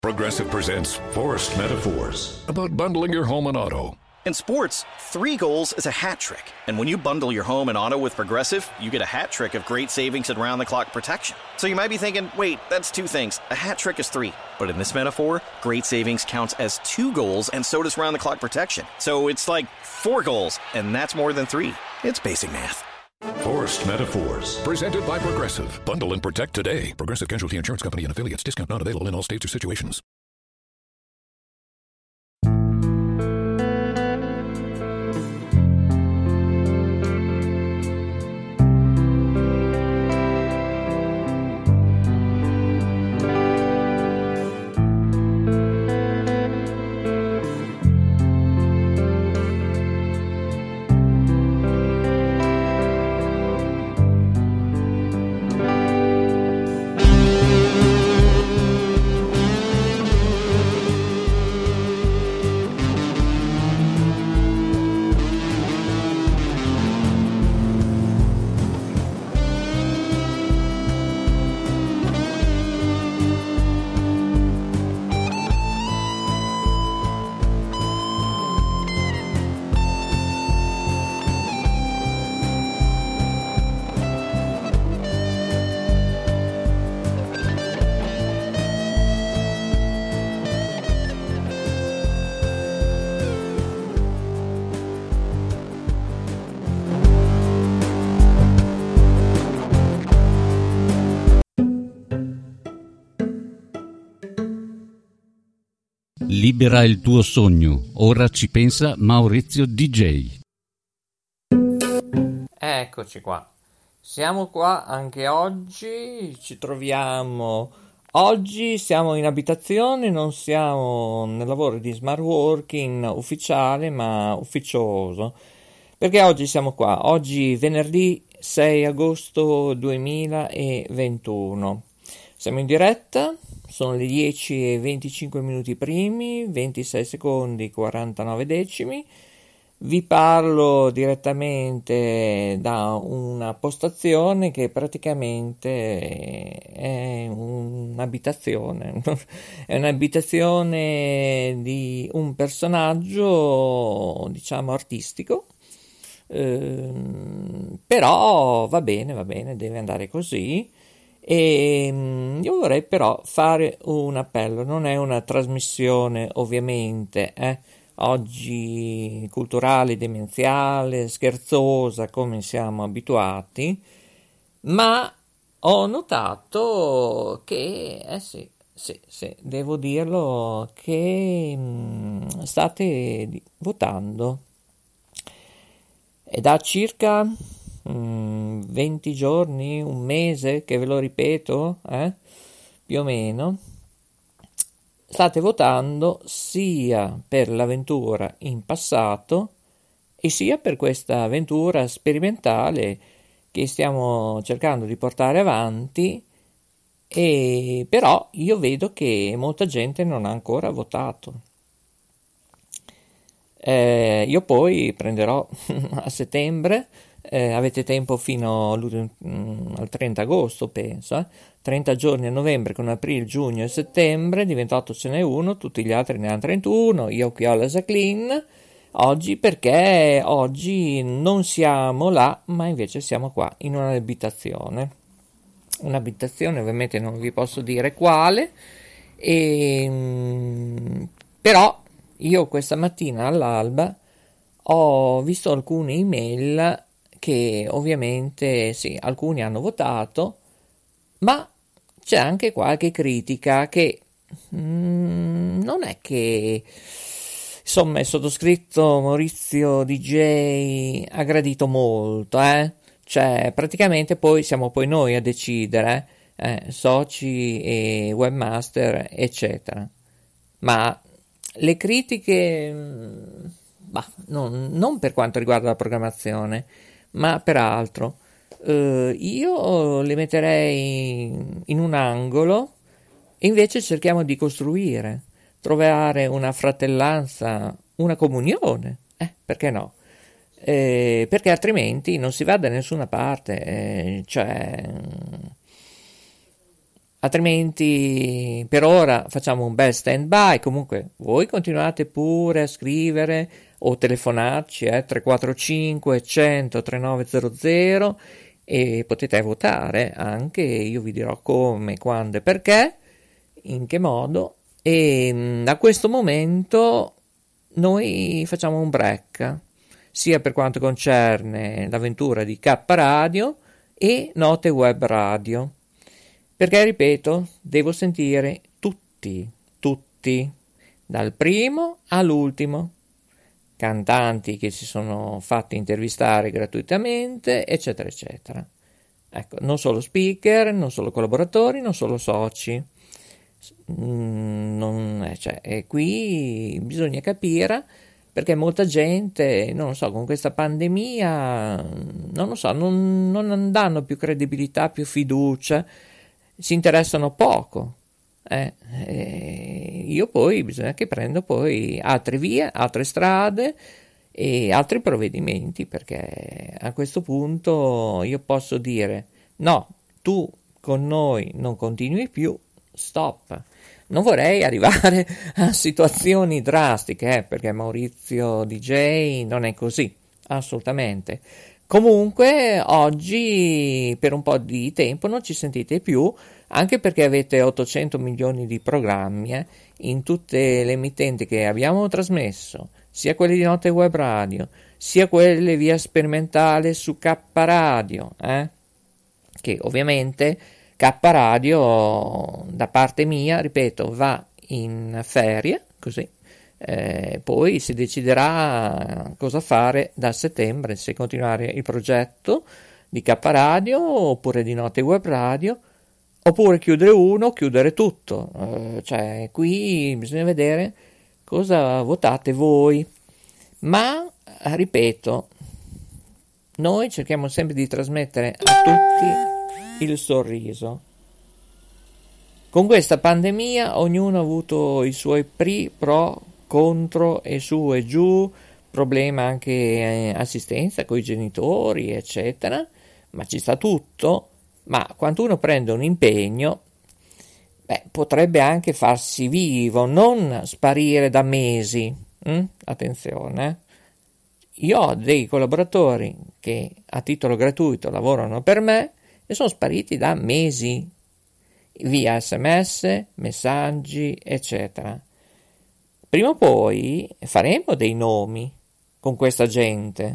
Progressive presents Forced Metaphors about bundling your home and auto. In sports, 3 goals is a hat trick. And when you bundle your home and auto with Progressive, you get a hat trick of great savings and round-the-clock protection. So you might be thinking, wait, that's 2 things. A hat trick is 3. But in this metaphor, great savings counts as 2 goals, and so does round-the-clock protection. So it's like 4 goals, and that's more than 3. It's basic math. Forced Metaphors, presented by Progressive. Bundle and protect today. Progressive Casualty Insurance Company and affiliates. Discount not available in all states or situations. Libera il tuo sogno, ora ci pensa Maurizio DJ. Eccoci qua, siamo qua anche oggi, ci troviamo, oggi siamo in abitazione, non siamo nel lavoro di smart working ufficiale ma ufficioso, perché oggi siamo qua, oggi venerdì 6 agosto 2021, siamo in diretta. Sono le 10 e 25 minuti primi, 26 secondi, 49 decimi. Vi parlo direttamente da una postazione che praticamente è un'abitazione. È un'abitazione di un personaggio, diciamo, artistico. Però va bene, deve andare così. E io vorrei però fare un appello, non è una trasmissione ovviamente oggi culturale, demenziale, scherzosa come siamo abituati, ma ho notato che, sì, devo dirlo, che state votando. È da circa 20 giorni, un mese che ve lo ripeto, più o meno, state votando sia per l'avventura in passato e sia per questa avventura sperimentale che stiamo cercando di portare avanti, e però io vedo che molta gente non ha ancora votato. Io poi prenderò a settembre. Avete tempo fino al 30 agosto, penso, 30 giorni a novembre con aprile, giugno e settembre, di 28 ce n'è uno, tutti gli altri ne hanno 31, io qui ho la Jacqueline, oggi perché oggi non siamo là, ma invece siamo qua, in un'abitazione ovviamente non vi posso dire quale, però io questa mattina all'alba ho visto alcune email che ovviamente sì, alcuni hanno votato, ma c'è anche qualche critica che non è che, insomma, il sottoscritto Maurizio DJ ha gradito molto, cioè praticamente poi siamo poi noi a decidere, soci e webmaster eccetera, ma le critiche, non per quanto riguarda la programmazione, ma per altro, io le metterei in un angolo e invece cerchiamo di costruire, trovare una fratellanza, una comunione, perché no? Perché altrimenti non si va da nessuna parte, cioè Altrimenti per ora facciamo un bel stand by. Comunque voi continuate pure a scrivere o telefonarci 345 100 3900 e potete votare anche, io vi dirò come, quando e perché, in che modo. E da questo momento noi facciamo un break, sia per quanto concerne l'avventura di K Radio e Note Web Radio, perché ripeto, devo sentire tutti, dal primo all'ultimo, cantanti che si sono fatti intervistare gratuitamente, eccetera, eccetera. Ecco, non solo speaker, non solo collaboratori, non solo soci. Qui bisogna capire, perché molta gente, non lo so, con questa pandemia, non lo so, non danno più credibilità, più fiducia, si interessano poco. Io poi bisogna che prendo poi altre vie, altre strade e altri provvedimenti, perché a questo punto io posso dire no, tu con noi non continui più, stop. Non vorrei arrivare a situazioni drastiche, perché Maurizio DJ non è così, assolutamente. Comunque oggi per un po' di tempo non ci sentite più, anche perché avete 800 milioni di programmi in tutte le emittenti che abbiamo trasmesso, sia quelli di Note Web Radio, sia quelle via sperimentale su K Radio, che ovviamente K Radio da parte mia, ripeto, va in ferie, così. Poi si deciderà cosa fare da settembre, se continuare il progetto di K Radio oppure di Note Web Radio, oppure chiudere uno, chiudere tutto. Qui bisogna vedere cosa votate voi, ma ripeto, noi cerchiamo sempre di trasmettere a tutti il sorriso. Con questa pandemia ognuno ha avuto i suoi pro, contro e su e giù, problema anche assistenza con i genitori, eccetera, ma ci sta tutto. Ma quando uno prende un impegno, potrebbe anche farsi vivo, non sparire da mesi. Attenzione. Io ho dei collaboratori che a titolo gratuito lavorano per me e sono spariti da mesi, via SMS, messaggi, eccetera. Prima o poi faremo dei nomi con questa gente.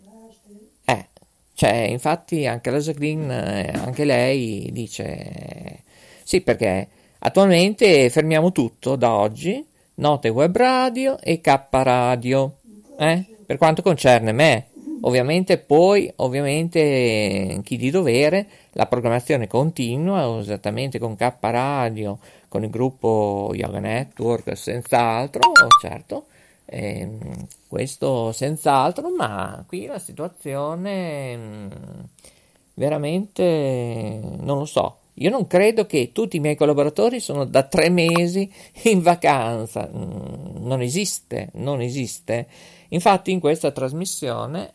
Infatti anche la Jacqueline, anche lei dice sì, perché attualmente fermiamo tutto da oggi, Note Web Radio e K Radio, per quanto concerne me. Ovviamente chi di dovere, la programmazione continua esattamente con K Radio, con il gruppo Yoga Network, senz'altro, certo, questo senz'altro, ma qui la situazione veramente non lo so. Io non credo che tutti i miei collaboratori sono da 3 mesi in vacanza, non esiste. Infatti in questa trasmissione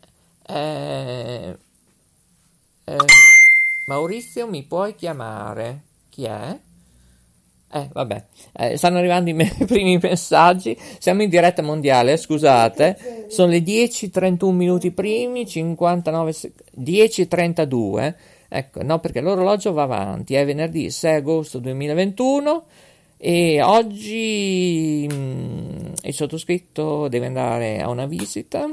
Maurizio, mi puoi chiamare? Chi è? Stanno arrivando i primi messaggi. Siamo in diretta mondiale, scusate. Sono le 10:31 minuti primi, 59 10:32. Ecco, no, perché l'orologio va avanti. È venerdì 6 agosto 2021 e oggi il sottoscritto deve andare a una visita.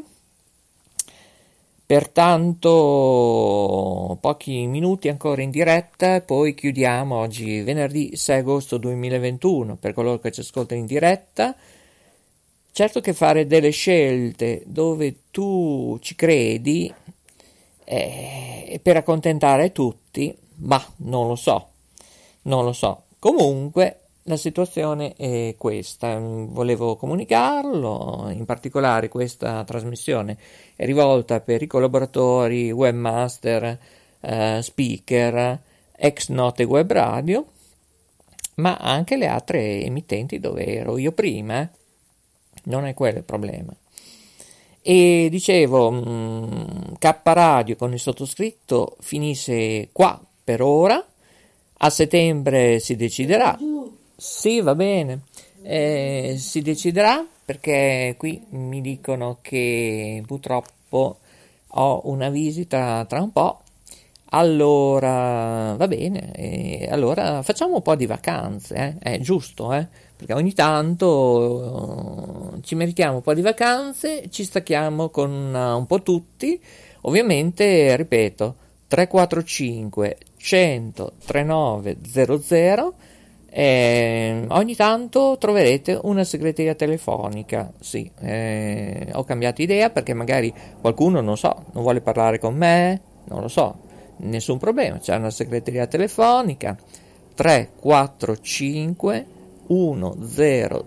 Pertanto pochi minuti ancora in diretta, poi chiudiamo oggi venerdì 6 agosto 2021 per coloro che ci ascoltano in diretta. Certo che fare delle scelte dove tu ci credi per accontentare tutti, ma non lo so. Comunque la situazione è questa, volevo comunicarlo, in particolare questa trasmissione è rivolta per i collaboratori, webmaster, speaker, ex Note Web Radio, ma anche le altre emittenti dove ero io prima, non è quello il problema. E dicevo, K Radio con il sottoscritto finisce qua per ora. A settembre si deciderà. Sì, va bene. Si deciderà perché qui mi dicono che purtroppo ho una visita tra un po'. Allora, va bene, allora facciamo un po' di vacanze, è giusto, perché ogni tanto ci meritiamo un po' di vacanze, ci stacchiamo con un po' tutti, ovviamente, ripeto, 345 100 3900, ogni tanto troverete una segreteria telefonica, sì, ho cambiato idea perché magari qualcuno, non so, non vuole parlare con me, non lo so. Nessun problema, c'è una segreteria telefonica 345 100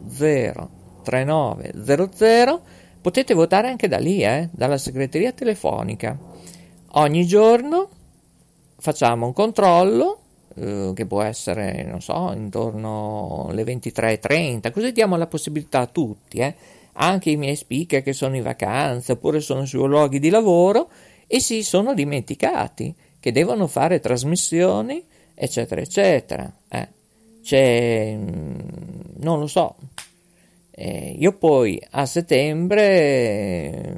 3900, potete votare anche da lì, dalla segreteria telefonica. Ogni giorno facciamo un controllo che può essere, non so, intorno alle 23:30, così diamo la possibilità a tutti, anche i miei speaker che sono in vacanza oppure sono sui luoghi di lavoro e si sono dimenticati che devono fare trasmissioni, eccetera, eccetera. Non lo so. Io poi a settembre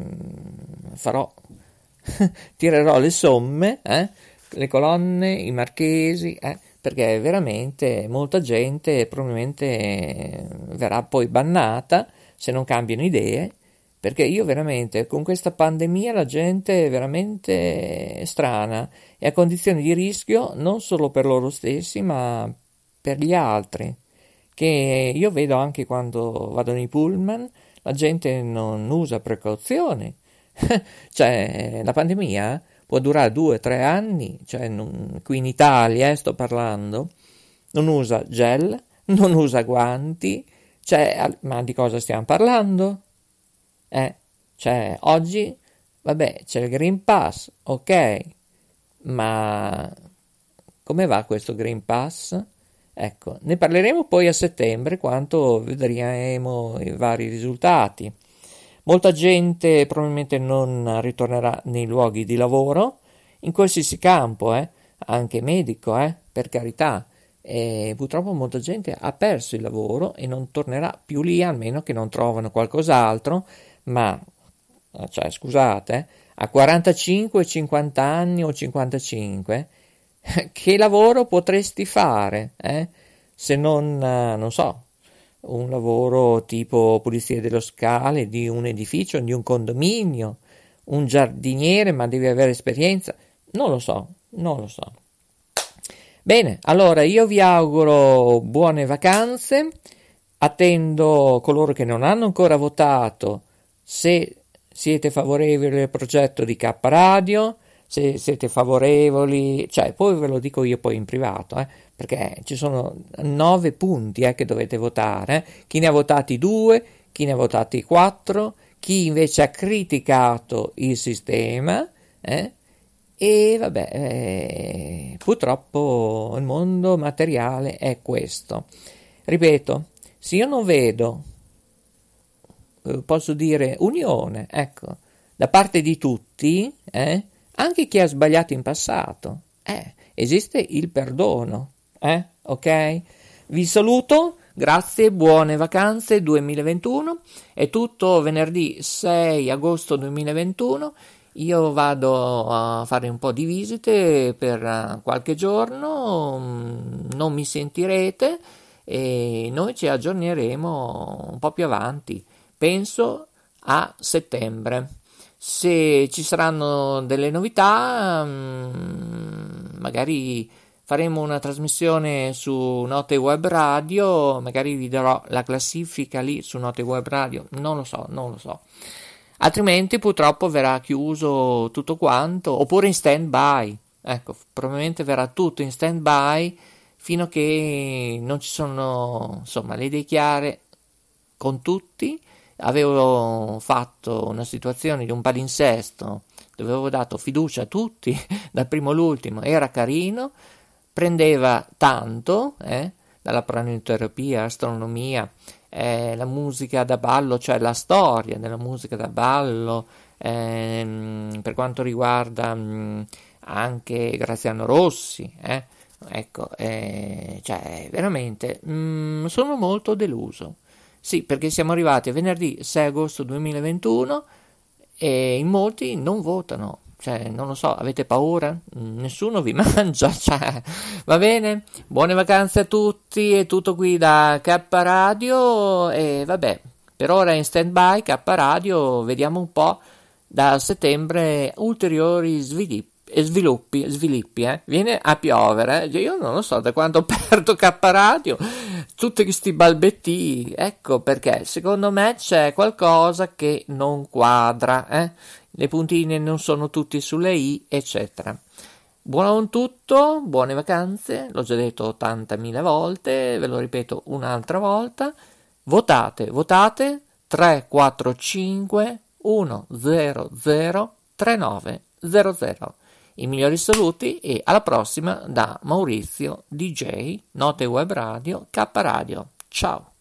tirerò le somme, le colonne, i marchesi, perché veramente molta gente probabilmente verrà poi bannata se non cambiano idee. Perché io veramente, con questa pandemia, la gente è veramente strana, è a condizioni di rischio non solo per loro stessi, ma per gli altri. Che io vedo anche quando vado nei pullman, la gente non usa precauzioni. Cioè, la pandemia può durare 2-3 anni, cioè qui in Italia, sto parlando, non usa gel, non usa guanti, cioè, ma di cosa stiamo parlando? Cioè, oggi, vabbè, c'è il Green Pass, ok, ma come va questo Green Pass? Ecco, ne parleremo poi a settembre, quando vedremo i vari risultati. Molta gente probabilmente non ritornerà nei luoghi di lavoro, in qualsiasi campo, anche medico, per carità. E purtroppo molta gente ha perso il lavoro e non tornerà più lì, almeno che non trovano qualcos'altro. Ma, cioè, scusate, a 45, 50 anni o 55, che lavoro potresti fare, se non so, un lavoro tipo pulizia dello scale di un edificio, di un condominio, un giardiniere, ma devi avere esperienza, non lo so. Bene, allora io vi auguro buone vacanze, attendo coloro che non hanno ancora votato, se siete favorevoli al progetto di K Radio, se siete favorevoli, cioè poi ve lo dico io poi in privato, perché ci sono 9 punti che dovete votare, chi ne ha votati 2, chi ne ha votati 4, chi invece ha criticato il sistema, e vabbè, purtroppo il mondo materiale è questo. Ripeto, se io non vedo, posso dire, unione, ecco, da parte di tutti, anche chi ha sbagliato in passato, esiste il perdono, ok? Vi saluto, grazie, buone vacanze 2021, è tutto venerdì 6 agosto 2021, io vado a fare un po' di visite per qualche giorno, non mi sentirete e noi ci aggiorneremo un po' più avanti, penso a settembre. Se ci saranno delle novità, magari faremo una trasmissione su Note Web Radio, magari vi darò la classifica lì su Note Web Radio, non lo so. Altrimenti purtroppo verrà chiuso tutto quanto, oppure in stand-by, ecco, probabilmente verrà tutto in stand-by fino a che non ci sono, insomma, le idee chiare con tutti. Avevo fatto una situazione di un palinsesto dove avevo dato fiducia a tutti, dal primo all'ultimo, era carino, prendeva tanto, dalla pranoterapia, astronomia, la musica da ballo, cioè la storia della musica da ballo, per quanto riguarda anche Graziano Rossi, ecco, cioè veramente sono molto deluso. Sì, perché siamo arrivati a venerdì 6 agosto 2021 e in molti non votano. Cioè, non lo so, avete paura? Nessuno vi mangia, cioè, va bene? Buone vacanze a tutti, è tutto qui da K Radio e vabbè, per ora è in stand by K Radio, vediamo un po' da settembre ulteriori sviluppi, viene a piovere, io non lo so da quando ho aperto K Radio, tutti questi balbetti, ecco perché secondo me c'è qualcosa che non quadra, le puntine non sono tutti sulle i, eccetera. Buon tutto, buone vacanze, l'ho già detto 80.000 volte, ve lo ripeto un'altra volta, votate 345 100 3900. I migliori saluti e alla prossima da Maurizio DJ Note Web Radio K Radio. Ciao.